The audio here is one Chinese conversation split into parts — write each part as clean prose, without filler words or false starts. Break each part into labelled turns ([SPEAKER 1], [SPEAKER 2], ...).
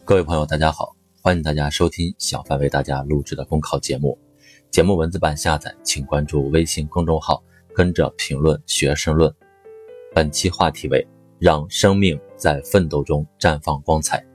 [SPEAKER 1] 各位朋友大家好，欢迎大家收听小范为大家录制的公考节目。节目文字版下载请关注微信公众号，跟着评论学申论。本期话题为让生命在奋斗中绽放光彩。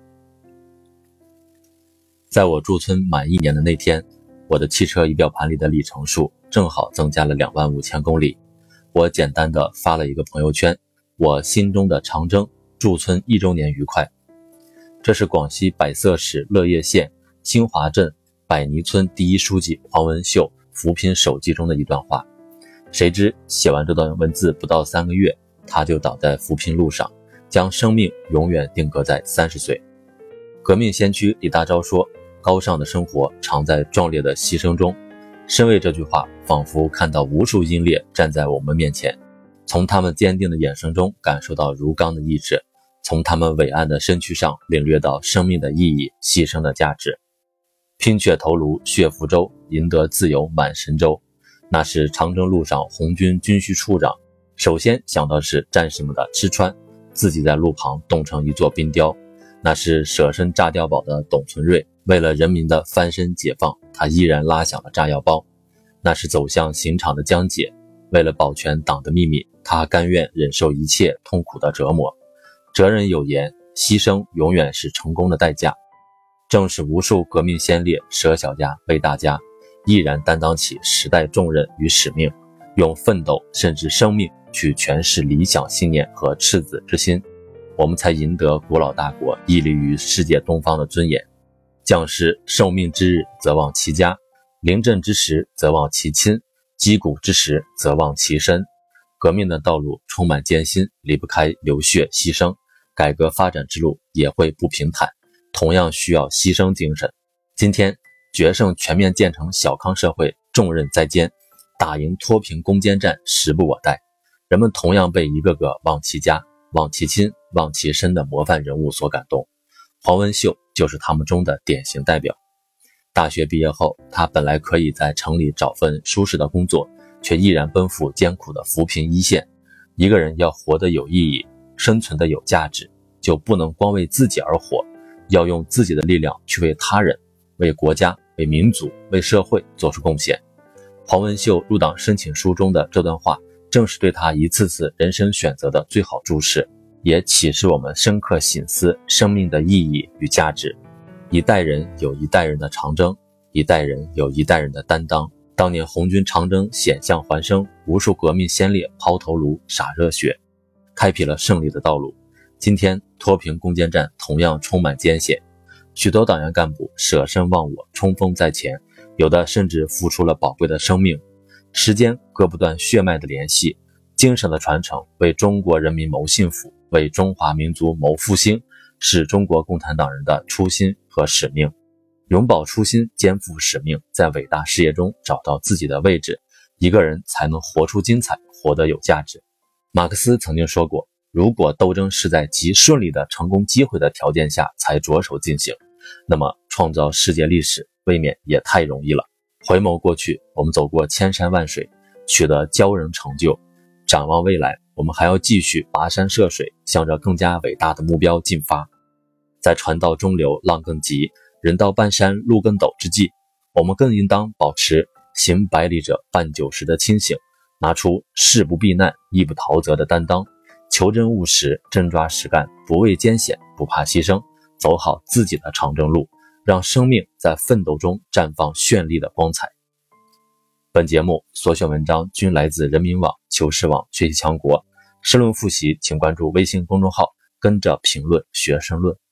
[SPEAKER 1] 在我驻村满1年的那天，我的汽车仪表盘里的里程数正好增加了25000公里。我简单的发了一个朋友圈，我心中的长征，驻村1周年愉快。这是广西百色市乐业县新华镇百泥村第一书记黄文秀扶贫手记中的一段话。谁知写完这段文字不到3个月，他就倒在扶贫路上，将生命永远定格在30岁。革命先驱李大钊说，高尚的生活常在壮烈的牺牲中。深为这句话，仿佛看到无数英烈站在我们面前，从他们坚定的眼神中感受到如钢的意志，从他们伟岸的身躯上领略到生命的意义，牺牲的价值。拼血头颅血福州，赢得自由满神州。那是长征路上红军军需处长首先想到是战士们的吃穿，自己在路旁冻成一座冰雕。那是舍身炸碉堡的董存瑞，为了人民的翻身解放，他依然拉响了炸药包。那是走向刑场的江姐，为了保全党的秘密，他甘愿忍受一切痛苦的折磨。哲人有言，牺牲永远是成功的代价。正是无数革命先烈舍小家为大家，毅然担当起时代重任与使命，用奋斗甚至生命去诠释理想信念和赤子之心，我们才赢得古老大国屹立于世界东方的尊严。将士受命之日则忘其家，临阵之时则忘其亲，击鼓之时则忘其身。革命的道路充满艰辛，离不开流血牺牲，改革发展之路也会不平坦，同样需要牺牲精神。今天决胜全面建成小康社会重任在肩，打赢脱贫攻坚战时不我待。人们同样被一个个忘其家、忘其亲、忘其身的模范人物所感动。黄文秀就是他们中的典型代表。大学毕业后，他本来可以在城里找份舒适的工作，却毅然奔赴艰苦的扶贫一线。一个人要活得有意义，生存得有价值，就不能光为自己而活，要用自己的力量去为他人、为国家、为民族、为社会做出贡献。黄文秀入党申请书中的这段话，正是对他一次次人生选择的最好注释，也启示我们深刻省思生命的意义与价值。一代人有一代人的长征，一代人有一代人的担当。当年红军长征险象环生，无数革命先烈抛头颅洒热血，开辟了胜利的道路。今天脱贫攻坚战同样充满艰险，许多党员干部舍身忘我，冲锋在前，有的甚至付出了宝贵的生命。时间割不断血脉的联系，精神的传承，为中国人民谋幸福，为中华民族谋复兴，是中国共产党人的初心和使命。永葆初心，肩负使命，在伟大事业中找到自己的位置，一个人才能活出精彩，活得有价值。马克思曾经说过，如果斗争是在极顺利的成功机会的条件下才着手进行，那么创造世界历史未免也太容易了。回眸过去，我们走过千山万水，取得骄人成就。展望未来，我们还要继续跋山涉水，向着更加伟大的目标进发。在船到中流浪更急，人到半山路更陡之际，我们更应当保持行百里者半九十的清醒，拿出誓不避难义不逃责的担当，求真务实，真抓实干，不畏艰险，不怕牺牲，走好自己的长征路，让生命在奋斗中绽放绚丽的光彩。本节目所选文章均来自人民网、求是网、学习强国。申论复习请关注微信公众号，跟着评论学申论。